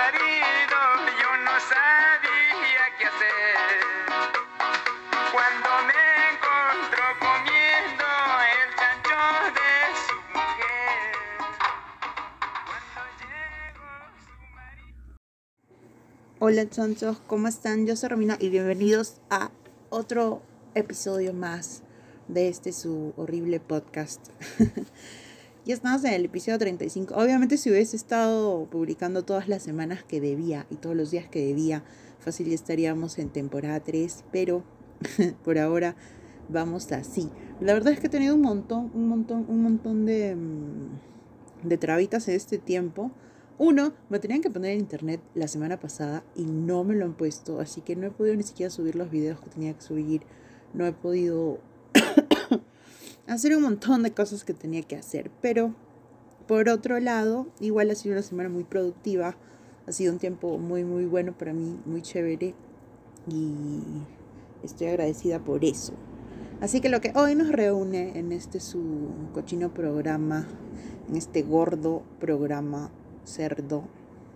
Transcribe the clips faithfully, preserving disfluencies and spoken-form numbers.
marido, yo no sabía qué hacer. Cuando me encontró comiendo el chancho de su mujer. Cuando llegó su marido. Hola chonchos, ¿cómo están? Yo soy Romina y bienvenidos a otro episodio más de este su horrible podcast. Ya estamos en el episodio treinta y cinco. Obviamente si hubiese estado publicando todas las semanas que debía y todos los días que debía, fácil ya estaríamos en temporada tres, pero por ahora vamos así. La verdad es que he tenido un montón, un montón, un montón de, de trabitas en este tiempo. Uno, me tenían que poner en internet la semana pasada y no me lo han puesto, así que no he podido ni siquiera subir los videos que tenía que subir. No he podido hacer un montón de cosas que tenía que hacer, pero por otro lado, igual ha sido una semana muy productiva. Ha sido un tiempo muy muy bueno para mí, muy chévere, y estoy agradecida por eso. Así que lo que hoy nos reúne en este su cochino programa, en este gordo programa cerdo.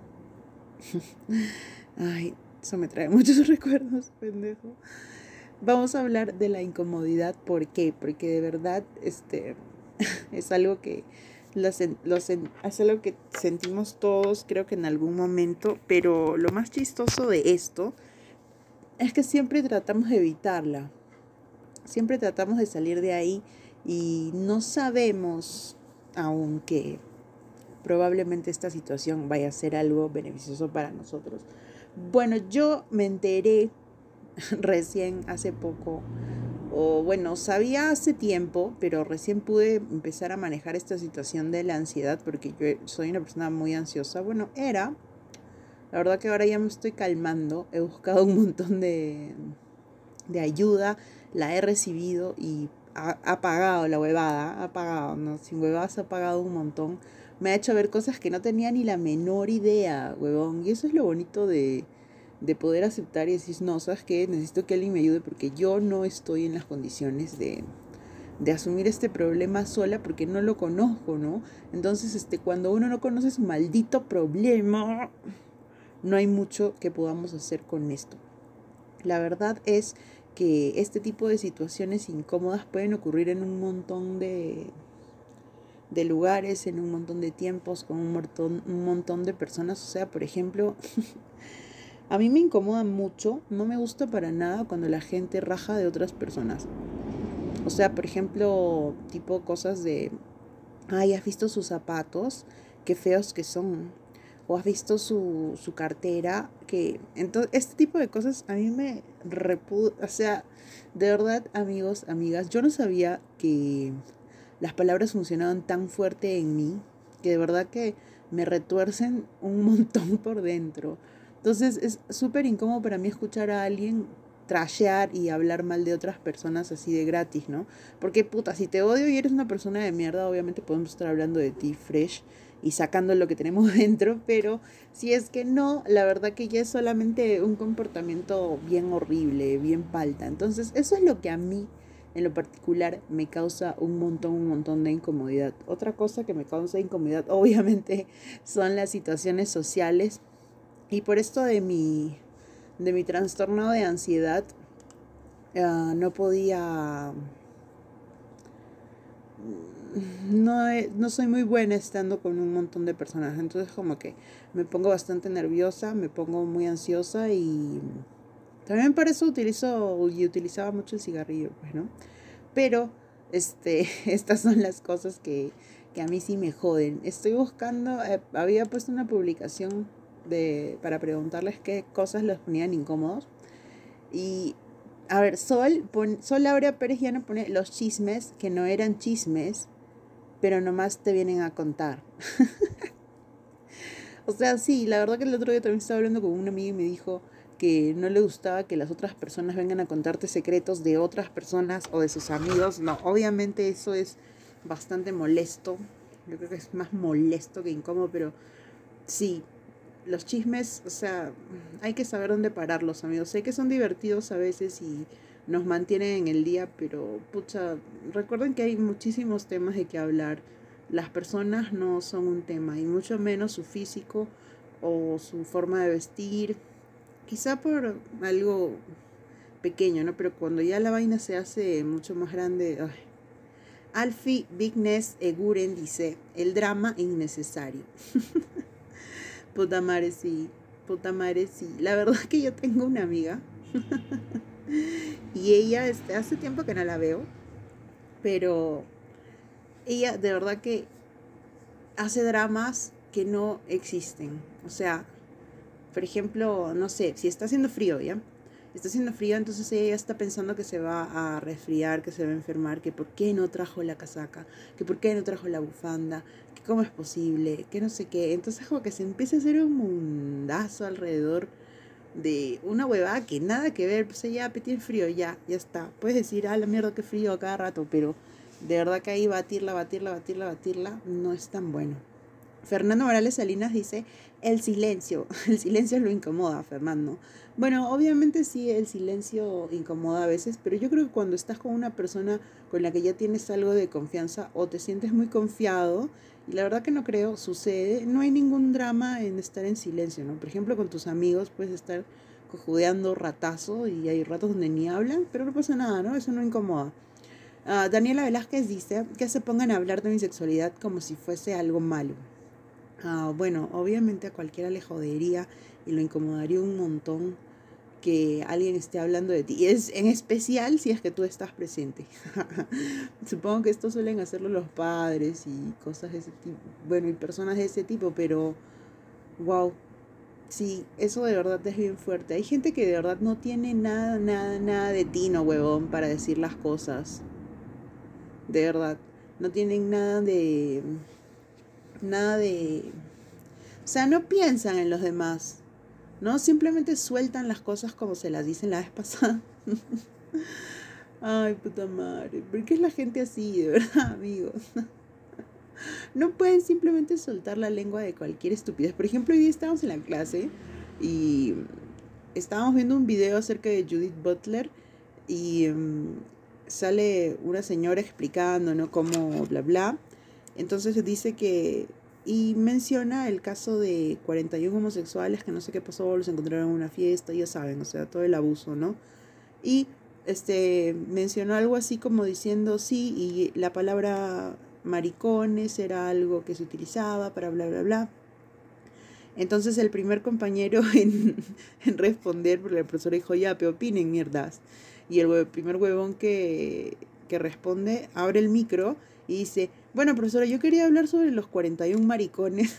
Ay, eso me trae muchos recuerdos, pendejo. Vamos a hablar de la incomodidad. ¿Por qué? Porque de verdad este es algo que los, los, es algo que sentimos todos, creo que en algún momento, pero lo más chistoso de esto es que siempre tratamos de evitarla. Siempre tratamos de salir de ahí y no sabemos aún que probablemente esta situación vaya a ser algo beneficioso para nosotros. Bueno, yo me enteré recién hace poco, o bueno, sabía hace tiempo, pero recién pude empezar a manejar esta situación de la ansiedad, porque yo soy una persona muy ansiosa. Bueno, era, la verdad que ahora ya me estoy calmando. He buscado un montón de, de ayuda, la he recibido y ha, ha pagado la huevada, ha pagado, ¿no? Sin huevadas ha pagado un montón. Me ha hecho ver cosas que no tenía ni la menor idea, huevón. Y eso es lo bonito de, de poder aceptar y decir, no, ¿sabes qué? Necesito que alguien me ayude porque yo no estoy en las condiciones de, de asumir este problema sola porque no lo conozco, ¿no? Entonces, este, cuando uno no conoce su maldito problema, no hay mucho que podamos hacer con esto. La verdad es que este tipo de situaciones incómodas pueden ocurrir en un montón de, de lugares, en un montón de tiempos, con un montón, un montón de personas. O sea, por ejemplo, a mí me incomoda mucho, no me gusta para nada cuando la gente raja de otras personas. O sea, por ejemplo, tipo cosas de, ay, ¿has visto sus zapatos? Qué feos que son. O has visto su, su cartera, que entonces este tipo de cosas a mí me repudia. O sea, de verdad, amigos, amigas, yo no sabía que las palabras funcionaban tan fuerte en mí, que de verdad que me retuercen un montón por dentro. Entonces es súper incómodo para mí escuchar a alguien trashear y hablar mal de otras personas así de gratis, ¿no? Porque puta, si te odio y eres una persona de mierda, obviamente podemos estar hablando de ti fresh y sacando lo que tenemos dentro, pero si es que no, la verdad que ya es solamente un comportamiento bien horrible, bien palta. Entonces eso es lo que a mí en lo particular me causa un montón, un montón de incomodidad. Otra cosa que me causa incomodidad obviamente son las situaciones sociales, y por esto de mi, de mi trastorno de ansiedad uh, no podía... No, no soy muy buena estando con un montón de personas. Entonces como que me pongo bastante nerviosa, me pongo muy ansiosa, y también por eso utilizo y utilizaba mucho el cigarrillo, pues, ¿no? Pero este, estas son las cosas que, que a mí sí me joden. Estoy buscando, eh, había puesto una publicación de, para preguntarles qué cosas los ponían incómodos. Y a ver, Sol, pon, Sol Laura Pérez ya no pone los chismes que no eran chismes, pero nomás te vienen a contar. O sea, sí, la verdad que el otro día también estaba hablando con una amiga y me dijo que no le gustaba que las otras personas vengan a contarte secretos de otras personas o de sus amigos. No, obviamente eso es bastante molesto. Yo creo que es más molesto que incómodo, pero sí, los chismes, o sea, hay que saber dónde pararlos, amigos. Sé que son divertidos a veces y nos mantienen en el día, pero pucha, recuerden que hay muchísimos temas de que hablar. Las personas no son un tema, y mucho menos su físico o su forma de vestir, quizá por algo pequeño, ¿no? Pero cuando ya la vaina se hace mucho más grande, ay. Alfie Bigness Eguren dice, el drama innecesario. Puta madre, sí, puta madre, sí. La verdad es que yo tengo una amiga y ella, este, hace tiempo que no la veo, pero ella de verdad que hace dramas que no existen. O sea, por ejemplo, no sé, si está haciendo frío, ¿ya? Está haciendo frío, entonces ella está pensando que se va a resfriar, que se va a enfermar, que por qué no trajo la casaca, que por qué no trajo la bufanda, que cómo es posible, que no sé qué. Entonces como que se empieza a hacer un mundazo alrededor de una huevada que nada que ver. Pues ya, tiene frío, ya, ya está. Puedes decir, ah, la mierda, qué frío a cada rato, pero de verdad que ahí batirla, batirla, batirla, batirla, no es tan bueno. Fernando Morales Salinas dice, el silencio, el silencio lo incomoda, Fernando. Bueno, obviamente sí, el silencio incomoda a veces, pero yo creo que cuando estás con una persona con la que ya tienes algo de confianza o te sientes muy confiado, y la verdad que no creo, sucede, no hay ningún drama en estar en silencio, ¿no? Por ejemplo, con tus amigos puedes estar cojudeando ratazo y hay ratos donde ni hablan, pero no pasa nada, ¿no? Eso no incomoda. Uh, Daniela Velázquez dice que se pongan a hablar de mi sexualidad como si fuese algo malo. Uh, bueno, obviamente a cualquiera le jodería y lo incomodaría un montón que alguien esté hablando de ti. Y es en especial si es que tú estás presente. Supongo que esto suelen hacerlo los padres y cosas de ese tipo. Bueno, y personas de ese tipo, pero wow. Sí, eso de verdad es bien fuerte. Hay gente que de verdad no tiene nada, nada, nada de tino, huevón, para decir las cosas. De verdad. No tienen nada de... Nada de... O sea, no piensan en los demás, ¿no? Simplemente sueltan las cosas como se las dicen la vez pasada. Ay, puta madre. ¿Por qué es la gente así, de verdad, amigos? No pueden simplemente soltar la lengua de cualquier estupidez. Por ejemplo, hoy día estábamos en la clase y estábamos viendo un video acerca de Judith Butler y um, sale una señora explicando, ¿no? Cómo bla bla. Entonces dice que... Y menciona el caso de cuarenta y uno homosexuales que no sé qué pasó, los encontraron en una fiesta, ya saben, o sea, todo el abuso, ¿no? Y este mencionó algo así como diciendo, sí, y la palabra maricones era algo que se utilizaba para bla, bla, bla. Entonces el primer compañero en, en responder, porque el profesor dijo, ya, pero opinen, mierdas. Y el primer huevón que, que responde abre el micro y dice, bueno, profesora, yo quería hablar sobre los cuarenta y uno maricones.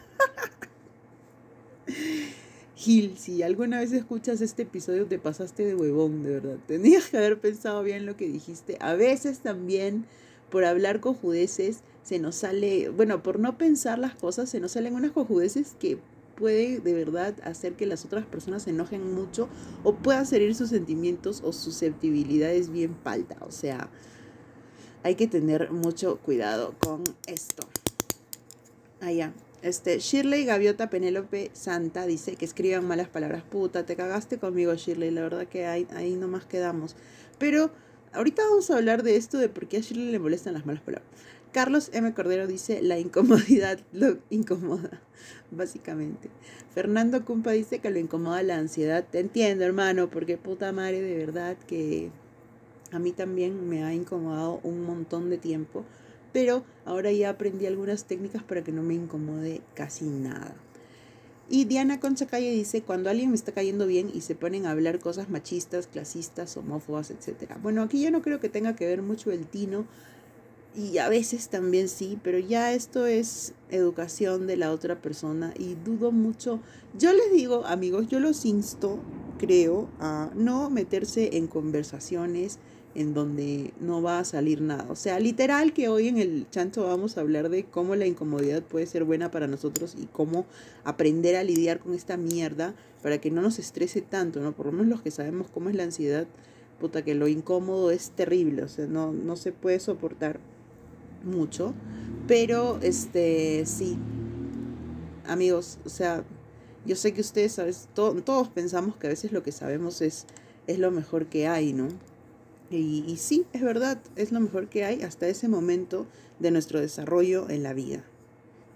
Gil, si alguna vez escuchas este episodio te pasaste de huevón, de verdad. Tenías que haber pensado bien lo que dijiste. A veces también, por hablar cojudeces, se nos sale, bueno, por no pensar las cosas, se nos salen unas cojudeces que puede de verdad hacer que las otras personas se enojen mucho o puedan herir sus sentimientos o susceptibilidades bien palta. O sea, hay que tener mucho cuidado con esto. Allá. Ah, este, Shirley Gaviota Penélope Santa dice que escriban malas palabras. Puta, te cagaste conmigo, Shirley. La verdad que ahí, ahí nomás quedamos. Pero ahorita vamos a hablar de esto, de por qué a Shirley le molestan las malas palabras. Carlos M. Cordero dice, la incomodidad lo incomoda, básicamente. Fernando Cumpa dice que lo incomoda la ansiedad. Te entiendo, hermano, porque puta madre, de verdad que a mí también me ha incomodado un montón de tiempo. Pero ahora ya aprendí algunas técnicas para que no me incomode casi nada. Y Diana Concha Calle dice, cuando alguien me está cayendo bien y se ponen a hablar cosas machistas, clasistas, homófobas, etcétera. Bueno, aquí yo no creo que tenga que ver mucho el tino, y a veces también sí, pero ya esto es educación de la otra persona y dudo mucho. Yo les digo, amigos, yo los insto, creo, a no meterse en conversaciones en donde no va a salir nada. O sea, literal que hoy en el chancho vamos a hablar de cómo la incomodidad puede ser buena para nosotros y cómo aprender a lidiar con esta mierda para que no nos estrese tanto, ¿no? Por lo menos los que sabemos cómo es la ansiedad, puta, que lo incómodo es terrible, o sea, no, no se puede soportar mucho, pero este, sí, amigos, o sea, yo sé que ustedes, ¿sabes? To- todos pensamos que a veces lo que sabemos es, es lo mejor que hay, ¿no? Y, y sí, es verdad, es lo mejor que hay hasta ese momento de nuestro desarrollo en la vida.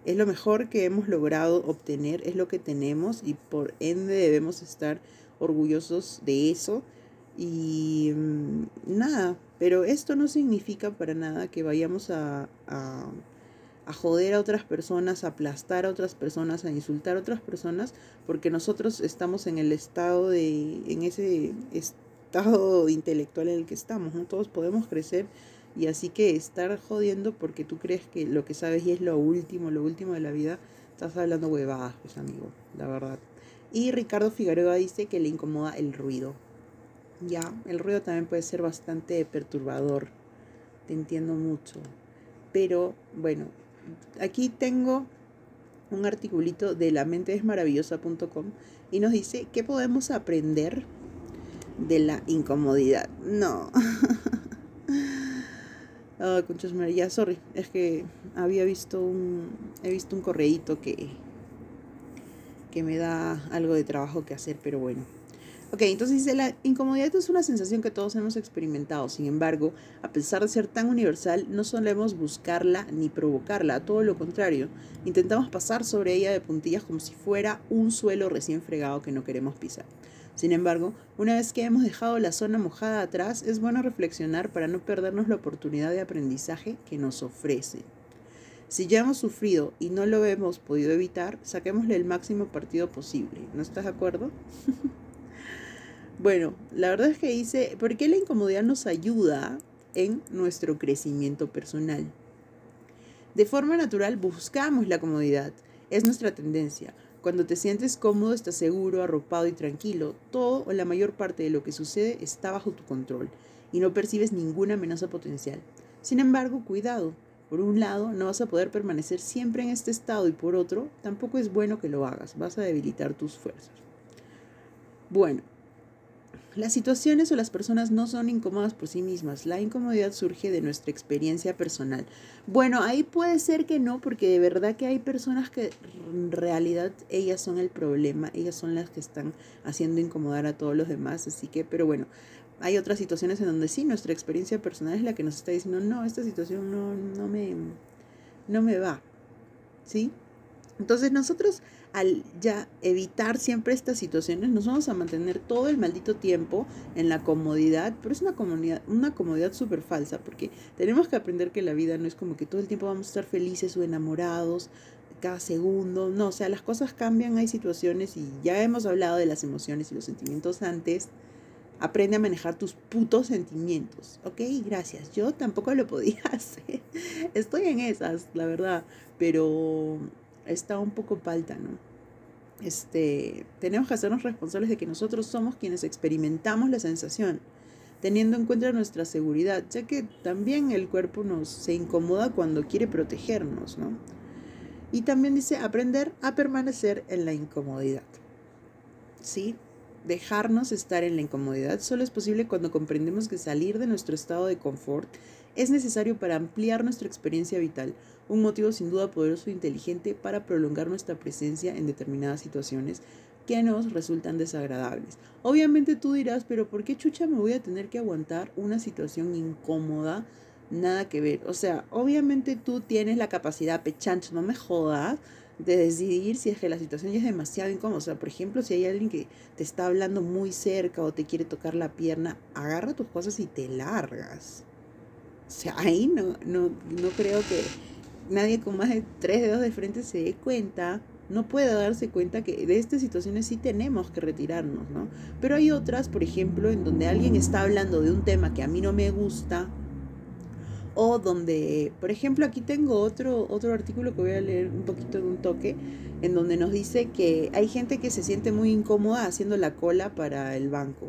Es lo mejor que hemos logrado obtener, es lo que tenemos y por ende debemos estar orgullosos de eso. Y mmm, nada, pero esto no significa para nada que vayamos a, a, a joder a otras personas, a aplastar a otras personas, a insultar a otras personas, porque nosotros estamos en el estado de, en ese estado intelectual en el que estamos, ¿no? Todos podemos crecer. Y así que estar jodiendo porque tú crees que lo que sabes y es lo último, lo último de la vida, estás hablando huevadas, pues amigo, la verdad. Y Ricardo Figueroa dice que le incomoda el ruido. Ya, el ruido también puede ser bastante perturbador, te entiendo mucho. Pero bueno, aquí tengo un articulito de la mente es maravillosa punto com y nos dice qué podemos aprender de la incomodidad. No. Ah, oh, conchas María, sorry, es que había visto un, he visto un correíto que, que me da algo de trabajo que hacer, pero bueno. Ok, entonces dice, la incomodidad es una sensación que todos hemos experimentado, sin embargo, a pesar de ser tan universal, no solemos buscarla ni provocarla, todo lo contrario, intentamos pasar sobre ella de puntillas como si fuera un suelo recién fregado que no queremos pisar. Sin embargo, una vez que hemos dejado la zona mojada atrás, es bueno reflexionar para no perdernos la oportunidad de aprendizaje que nos ofrece. Si ya hemos sufrido y no lo hemos podido evitar, saquémosle el máximo partido posible. ¿No estás de acuerdo? Bueno, la verdad es que dice, ¿por qué la incomodidad nos ayuda en nuestro crecimiento personal? De forma natural buscamos la comodidad, es nuestra tendencia. Cuando te sientes cómodo, estás seguro, arropado y tranquilo. Todo o la mayor parte de lo que sucede está bajo tu control y no percibes ninguna amenaza potencial. Sin embargo, cuidado. Por un lado, no vas a poder permanecer siempre en este estado y por otro, tampoco es bueno que lo hagas. Vas a debilitar tus fuerzas. Bueno, las situaciones o las personas no son incómodas por sí mismas. La incomodidad surge de nuestra experiencia personal. Bueno, ahí puede ser que no, porque de verdad que hay personas que en realidad ellas son el problema. Ellas son las que están haciendo incomodar a todos los demás. Así que, pero bueno, hay otras situaciones en donde sí, nuestra experiencia personal es la que nos está diciendo, no, esta situación no, no, me, no me va. ¿Sí? Entonces nosotros al ya evitar siempre estas situaciones nos vamos a mantener todo el maldito tiempo en la comodidad, pero es una comodidad, una comodidad súper falsa porque tenemos que aprender que la vida no es como que todo el tiempo vamos a estar felices o enamorados cada segundo, no, o sea, las cosas cambian, hay situaciones y ya hemos hablado de las emociones y los sentimientos antes. Aprende a manejar tus putos sentimientos, ¿ok? Gracias, yo tampoco lo podía hacer, estoy en esas, la verdad, pero está un poco palta, ¿no? Este, tenemos que hacernos responsables de que nosotros somos quienes experimentamos la sensación, teniendo en cuenta nuestra seguridad, ya que también el cuerpo nos se incomoda cuando quiere protegernos, ¿no? Y también dice aprender a permanecer en la incomodidad, ¿sí? Dejarnos estar en la incomodidad solo es posible cuando comprendemos que salir de nuestro estado de confort es necesario para ampliar nuestra experiencia vital, un motivo sin duda poderoso e inteligente para prolongar nuestra presencia en determinadas situaciones que nos resultan desagradables. Obviamente tú dirás, pero ¿por qué chucha me voy a tener que aguantar una situación incómoda? Nada que ver. O sea, obviamente tú tienes la capacidad, pechancho, no me jodas, de decidir si es que la situación ya es demasiado incómoda. O sea, por ejemplo, si hay alguien que te está hablando muy cerca o te quiere tocar la pierna, agarra tus cosas y te largas. O sea, ahí no, no, no creo que nadie con más de tres dedos de frente se dé cuenta, no puede darse cuenta que de estas situaciones sí tenemos que retirarnos, ¿no? Pero hay otras, por ejemplo, en donde alguien está hablando de un tema que a mí no me gusta, o donde, por ejemplo, aquí tengo otro, otro artículo que voy a leer un poquito de un toque, en donde nos dice que hay gente que se siente muy incómoda haciendo la cola para el banco.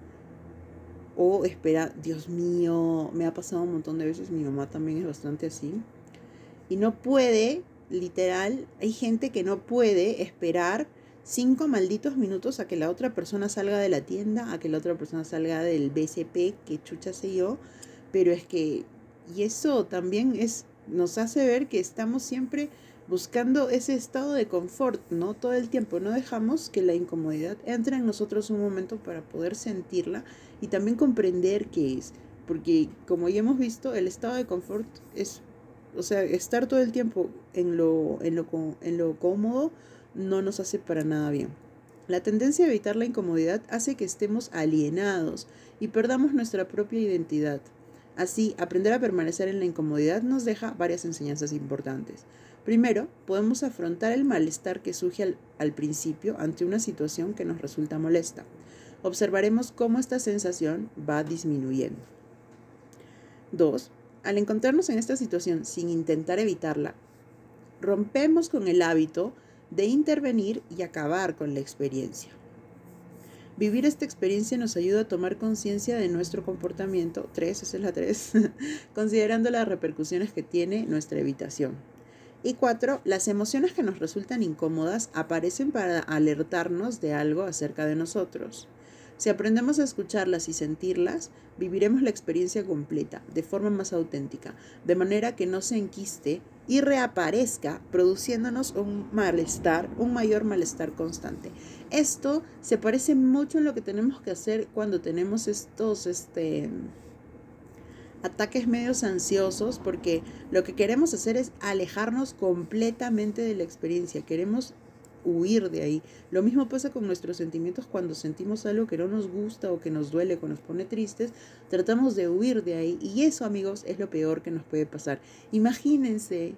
O espera, Dios mío, me ha pasado un montón de veces, mi mamá también es bastante así. Y no puede, literal, hay gente que no puede esperar cinco malditos minutos a que la otra persona salga de la tienda, a que la otra persona salga del B C P, que chucha sé yo. Pero es que, y eso también es, nos hace ver que estamos siempre buscando ese estado de confort, ¿no? Todo el tiempo, no dejamos que la incomodidad entre en nosotros un momento para poder sentirla y también comprender qué es. Porque, como ya hemos visto, el estado de confort es o sea, estar todo el tiempo en lo, en lo, en lo cómodo no nos hace para nada bien. La tendencia a evitar la incomodidad hace que estemos alienados y perdamos nuestra propia identidad. Así, aprender a permanecer en la incomodidad nos deja varias enseñanzas importantes. Primero, podemos afrontar el malestar que surge al, al principio ante una situación que nos resulta molesta. Observaremos cómo esta sensación va disminuyendo. Dos, al encontrarnos en esta situación sin intentar evitarla, rompemos con el hábito de intervenir y acabar con la experiencia. Vivir esta experiencia nos ayuda a tomar conciencia de nuestro comportamiento, tres, esa es la tres, considerando las repercusiones que tiene nuestra evitación. Y cuatro, las emociones que nos resultan incómodas aparecen para alertarnos de algo acerca de nosotros. Si aprendemos a escucharlas y sentirlas, viviremos la experiencia completa, de forma más auténtica, de manera que no se enquiste y reaparezca, produciéndonos un malestar, un mayor malestar constante. Esto se parece mucho en lo que tenemos que hacer cuando tenemos estos este, ataques medios ansiosos, porque lo que queremos hacer es alejarnos completamente de la experiencia, queremos huir de ahí. Lo mismo pasa con nuestros sentimientos cuando sentimos algo que no nos gusta o que nos duele, o que nos pone tristes, tratamos de huir de ahí y eso, amigos, es lo peor que nos puede pasar. Imagínense,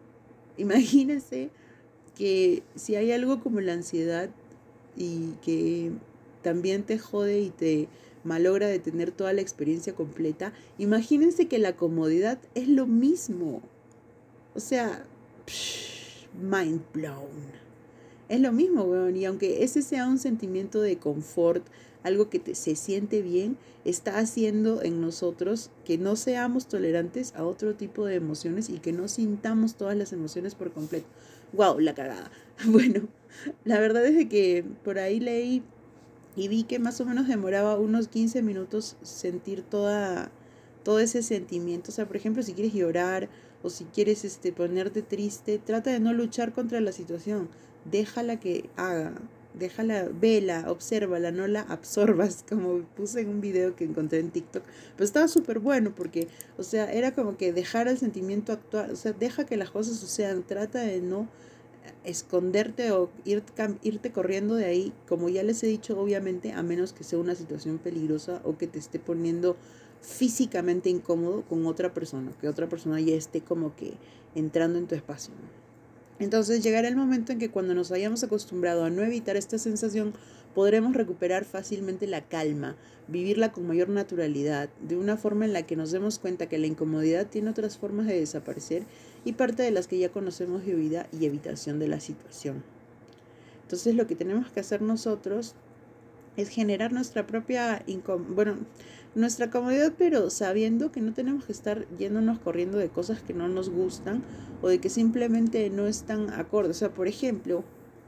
imagínense que si hay algo como la ansiedad y que también te jode y te malogra de tener toda la experiencia completa, imagínense que la comodidad es lo mismo. O sea, psh, mind blown. Es lo mismo, weón, y aunque ese sea un sentimiento de confort, algo que te, se siente bien, está haciendo en nosotros que no seamos tolerantes a otro tipo de emociones y que no sintamos todas las emociones por completo. ¡Wow! La cagada. Bueno, la verdad es que por ahí leí y vi que más o menos demoraba unos quince minutos sentir toda, todo ese sentimiento. O sea, por ejemplo, si quieres llorar o si quieres este, ponerte triste, trata de no luchar contra la situación. Déjala que haga, déjala, vela, obsérvala, no la absorbas, como puse en un video que encontré en TikTok. Pero estaba súper bueno porque, o sea, era como que dejar el sentimiento actuar, o sea, deja que las cosas sucedan, trata de no esconderte o ir, irte corriendo de ahí, como ya les he dicho, obviamente, a menos que sea una situación peligrosa o que te esté poniendo físicamente incómodo con otra persona, que otra persona ya esté como que entrando en tu espacio, ¿no? Entonces llegará el momento en que cuando nos hayamos acostumbrado a no evitar esta sensación, podremos recuperar fácilmente la calma, vivirla con mayor naturalidad, de una forma en la que nos demos cuenta que la incomodidad tiene otras formas de desaparecer y parte de las que ya conocemos de huida y evitación de la situación. Entonces lo que tenemos que hacer nosotros es generar nuestra propia, incom- bueno, nuestra comodidad, pero sabiendo que no tenemos que estar yéndonos corriendo de cosas que no nos gustan o de que simplemente no están acorde. O sea, por ejemplo,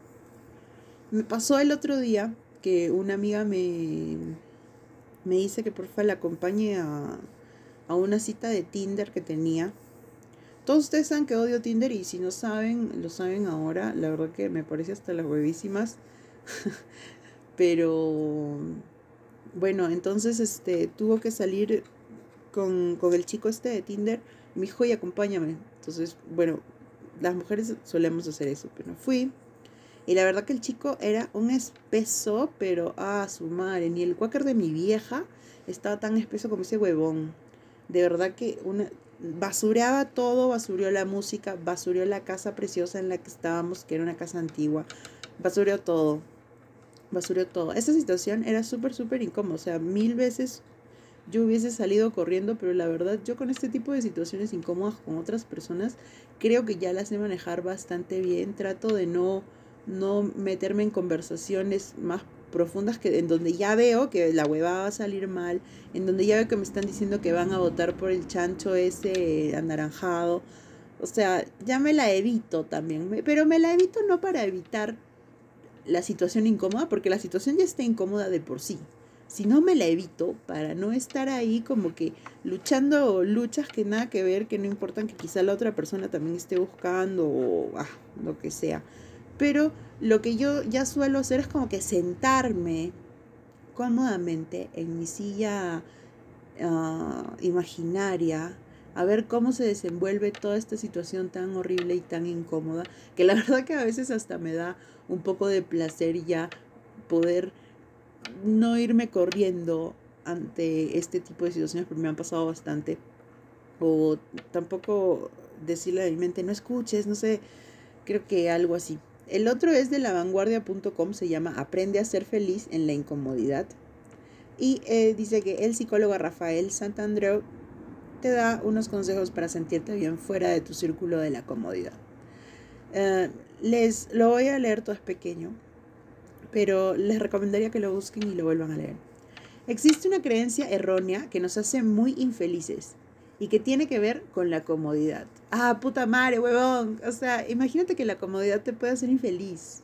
me pasó el otro día que una amiga me, me dice que por favor la acompañe a, a una cita de Tinder que tenía. Todos ustedes saben que odio Tinder y si no saben, lo saben ahora. La verdad que me parece hasta las huevísimas. Pero bueno, entonces este tuvo que salir con, con el chico este de Tinder. Me dijo, oye, acompáñame. Entonces, bueno, las mujeres solemos hacer eso, pero fui. Y la verdad que el chico era un espeso, pero ah, su madre, ni el cuáquer de mi vieja estaba tan espeso como ese huevón. De verdad que una basureaba todo, basurió la música, basurió la casa preciosa en la que estábamos, que era una casa antigua. Basurió todo. Basurió todo. Esta situación era súper, súper incómoda. O sea, mil veces yo hubiese salido corriendo, pero la verdad, yo con este tipo de situaciones incómodas con otras personas, creo que ya las sé manejar bastante bien. Trato de no, no meterme en conversaciones más profundas que en donde ya veo que la huevada va a salir mal, en donde ya veo que me están diciendo que van a votar por el chancho ese anaranjado. O sea, ya me la evito también, pero me la evito no para evitar la situación incómoda, porque la situación ya está incómoda de por sí. Si no, me la evito para no estar ahí como que luchando luchas que nada que ver, que no importan, que quizá la otra persona también esté buscando o ah, lo que sea. Pero lo que yo ya suelo hacer es como que sentarme cómodamente en mi silla uh, imaginaria, a ver cómo se desenvuelve toda esta situación tan horrible y tan incómoda, que la verdad que a veces hasta me da un poco de placer ya poder no irme corriendo ante este tipo de situaciones, porque me han pasado bastante, o tampoco decirle a mi mente, no escuches, no sé, creo que algo así. El otro es de la vanguardia punto com, se llama Aprende a ser feliz en la incomodidad. Y eh, dice que el psicólogo Rafael Santandreu te da unos consejos para sentirte bien fuera de tu círculo de la comodidad. Uh, les lo voy a leer, todo es pequeño, pero les recomendaría que lo busquen y lo vuelvan a leer. Existe una creencia errónea que nos hace muy infelices y que tiene que ver con la comodidad. Ah, puta madre, huevón. O sea, imagínate que la comodidad te puede hacer infeliz.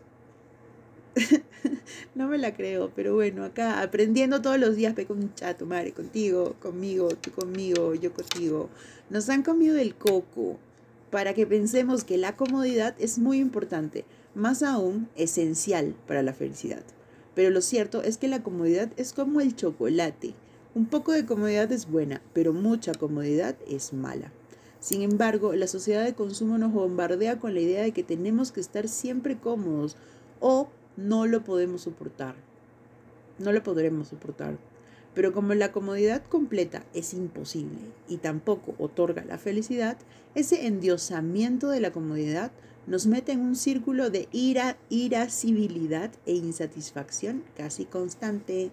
No me la creo, pero bueno, acá aprendiendo todos los días, pe con chato, madre, contigo, conmigo, tú conmigo, yo contigo. Nos han comido el coco para que pensemos que la comodidad es muy importante, más aún esencial para la felicidad. Pero lo cierto es que la comodidad es como el chocolate. Un poco de comodidad es buena, pero mucha comodidad es mala. Sin embargo, la sociedad de consumo nos bombardea con la idea de que tenemos que estar siempre cómodos o no lo podemos soportar. No lo podremos soportar. Pero como la comodidad completa es imposible y tampoco otorga la felicidad, ese endiosamiento de la comodidad nos mete en un círculo de ira, irascibilidad e insatisfacción casi constante.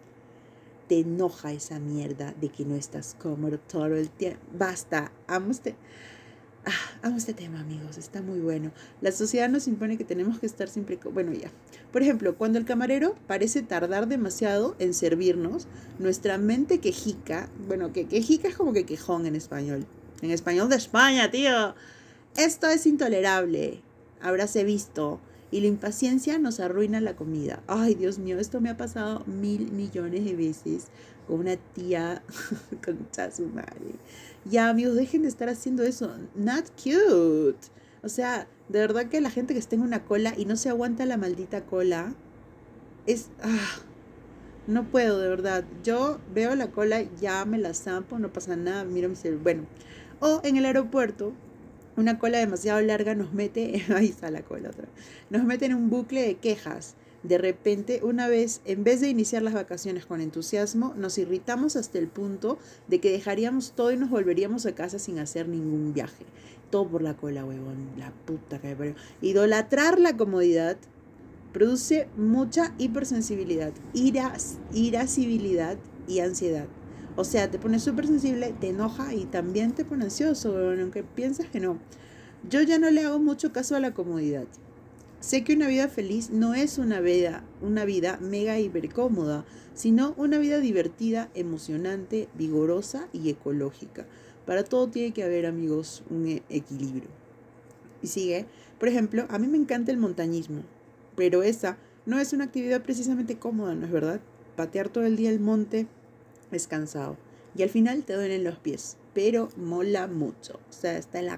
Te enoja esa mierda de que no estás cómodo todo el tiempo. Basta, amo este... Ah, amo este tema, amigos, está muy bueno. La sociedad nos impone que tenemos que estar siempre... Bueno, ya. Por ejemplo, cuando el camarero parece tardar demasiado en servirnos, nuestra mente quejica... Bueno, que quejica es como que quejón en español. En español de España, tío. Esto es intolerable. Habráse visto. Y la impaciencia nos arruina la comida. Ay, Dios mío, esto me ha pasado mil millones de veces con una tía concha su madre. Ya, amigos, dejen de estar haciendo eso. Not cute. O sea, de verdad que la gente que está en una cola y no se aguanta la maldita cola es... Ah, no puedo, de verdad. Yo veo la cola, ya me la zampo, no pasa nada, miro mi celular. Bueno, o en el aeropuerto, una cola demasiado larga nos mete, ahí está la cola otra, nos mete en un bucle de quejas. De repente, una vez, en vez de iniciar las vacaciones con entusiasmo, nos irritamos hasta el punto de que dejaríamos todo y nos volveríamos a casa sin hacer ningún viaje. Todo por la cola, huevón, la puta que me parió. Idolatrar la comodidad produce mucha hipersensibilidad, iras, irascibilidad y ansiedad. O sea, te pones súper sensible, te enoja y también te pone ansioso, bueno, aunque piensas que no. Yo ya no le hago mucho caso a la comodidad. Sé que una vida feliz no es una vida, una vida mega hipercómoda, sino una vida divertida, emocionante, vigorosa y ecológica. Para todo tiene que haber, amigos, un equilibrio. Y sigue, por ejemplo, a mí me encanta el montañismo, pero esa no es una actividad precisamente cómoda, ¿no es verdad? Patear todo el día el monte es cansado y al final te duelen los pies, pero mola mucho. O sea, está en la...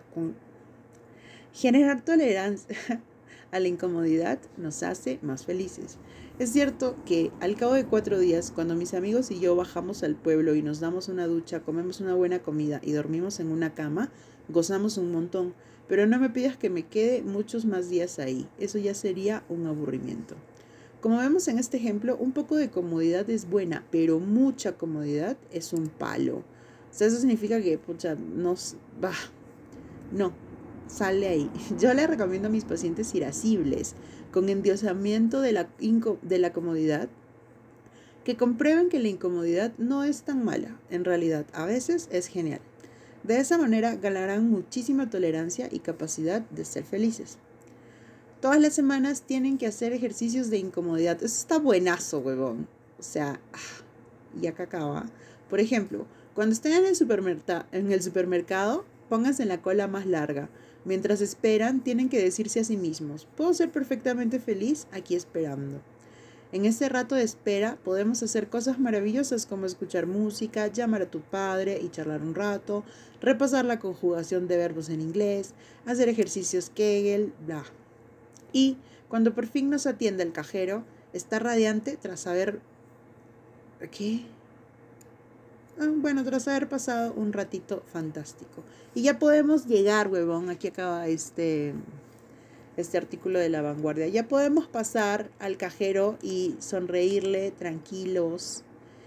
Generar tolerancia a la incomodidad nos hace más felices. Es cierto que al cabo de cuatro días, cuando mis amigos y yo bajamos al pueblo y nos damos una ducha, comemos una buena comida y dormimos en una cama, gozamos un montón. Pero no me pidas que me quede muchos más días ahí. Eso ya sería un aburrimiento. Como vemos en este ejemplo, un poco de comodidad es buena, pero mucha comodidad es un palo. O sea, eso significa que, pucha, no, bah, no, sale ahí. Yo le recomiendo a mis pacientes irascibles, con endiosamiento de la, de la comodidad, que comprueben que la incomodidad no es tan mala. En realidad, a veces es genial. De esa manera ganarán muchísima tolerancia y capacidad de ser felices. Todas las semanas tienen que hacer ejercicios de incomodidad. Eso está buenazo, huevón. O sea, y acá acaba. Por ejemplo, cuando estén en el, supermercado, en el supermercado, pónganse en la cola más larga. Mientras esperan, tienen que decirse a sí mismos, puedo ser perfectamente feliz aquí esperando. En ese rato de espera podemos hacer cosas maravillosas como escuchar música, llamar a tu padre y charlar un rato, repasar la conjugación de verbos en inglés, hacer ejercicios Kegel, bla. Y cuando por fin nos atiende el cajero, está radiante tras saber... ¿Qué? Ah, bueno, tras haber pasado un ratito fantástico. Y ya podemos llegar, huevón, aquí acaba este, este artículo de La Vanguardia. Ya podemos pasar al cajero y sonreírle tranquilos,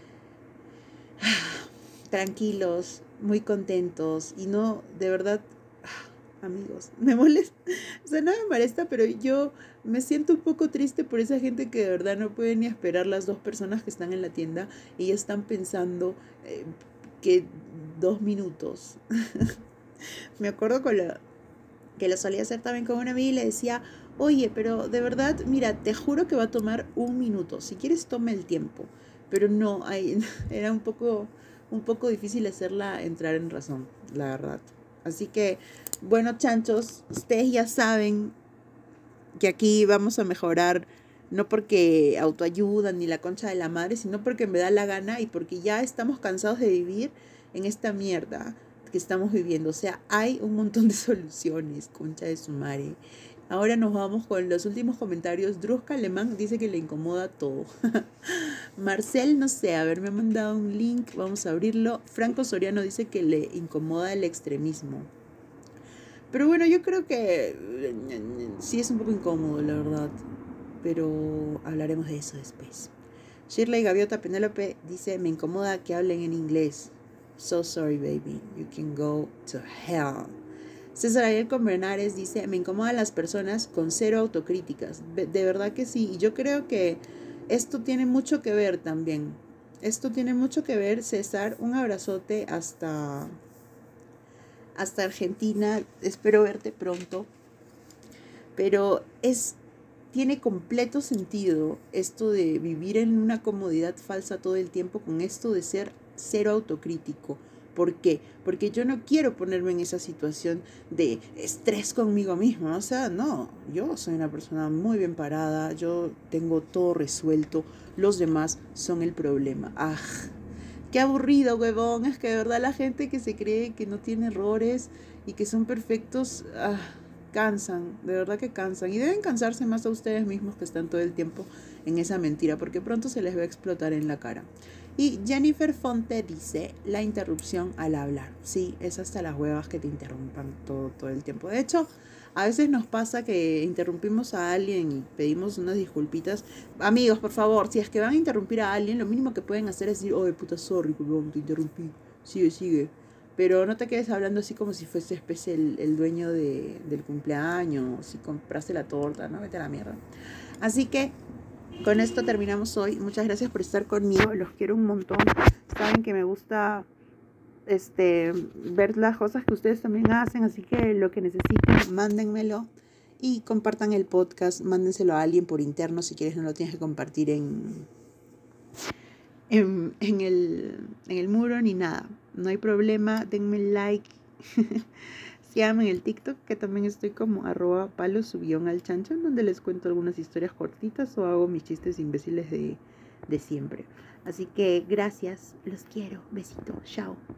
tranquilos, muy contentos y no, de verdad, amigos, me molesta, o sea, no me molesta, pero yo me siento un poco triste por esa gente que de verdad no puede ni esperar las dos personas que están en la tienda y ya están pensando eh, que dos minutos. Me acuerdo con la, que lo solía hacer también con una amiga y le decía, oye, pero de verdad, mira, te juro que va a tomar un minuto, si quieres tome el tiempo, pero no, hay, era un poco, un poco difícil hacerla entrar en razón, la verdad. Así que, bueno, chanchos, ustedes ya saben que aquí vamos a mejorar, no porque autoayuda ni la concha de la madre, sino porque me da la gana y porque ya estamos cansados de vivir en esta mierda que estamos viviendo. O sea, hay un montón de soluciones, concha de su madre. Ahora nos vamos con los últimos comentarios. Druska Alemán dice que le incomoda todo. Marcel, no sé, a ver, me ha mandado un link, vamos a abrirlo. Franco Soriano dice que le incomoda el extremismo. Pero bueno, yo creo que sí es un poco incómodo, la verdad. Pero hablaremos de eso después. Shirley Gaviota Penélope dice, me incomoda que hablen en inglés. So sorry, baby. You can go to hell. César Ariel Convernares dice, me incomodan las personas con cero autocríticas. De verdad que sí. Y yo creo que esto tiene mucho que ver también. Esto tiene mucho que ver, César. Un abrazote hasta, hasta Argentina. Espero verte pronto. Pero es, tiene completo sentido esto de vivir en una comodidad falsa todo el tiempo con esto de ser cero autocrítico. ¿Por qué? Porque yo no quiero ponerme en esa situación de estrés conmigo mismo. O sea, no, yo soy una persona muy bien parada, yo tengo todo resuelto, los demás son el problema. ¡Ah! Qué aburrido, huevón. Es que de verdad la gente que se cree que no tiene errores y que son perfectos, ah, cansan, de verdad que cansan. Y deben cansarse más a ustedes mismos que están todo el tiempo en esa mentira, porque pronto se les va a explotar en la cara. Y Jennifer Fonte dice, la interrupción al hablar. Sí, es hasta las huevas que te interrumpan todo, todo el tiempo. De hecho, a veces nos pasa que interrumpimos a alguien y pedimos unas disculpitas. Amigos, por favor, si es que van a interrumpir a alguien, lo mínimo que pueden hacer es decir, oh, puta, sorry, perdón, te interrumpí. Sigue, sigue. Pero no te quedes hablando así como si fuese especie el, el dueño de, del cumpleaños, si compraste la torta, no, vete a la mierda. Así que con esto terminamos hoy. Muchas gracias por estar conmigo. Los quiero un montón. Saben que me gusta este, ver las cosas que ustedes también hacen. Así que lo que necesiten, mándenmelo. Y compartan el podcast. Mándenselo a alguien por interno. Si quieres, no lo tienes que compartir en, en, en, el, en el muro ni nada. No hay problema. Denme like. Síganme en el TikTok, que también estoy como arroba palo subión al chancho, en donde les cuento algunas historias cortitas o hago mis chistes imbéciles de, de siempre. Así que gracias, los quiero, besito, chao.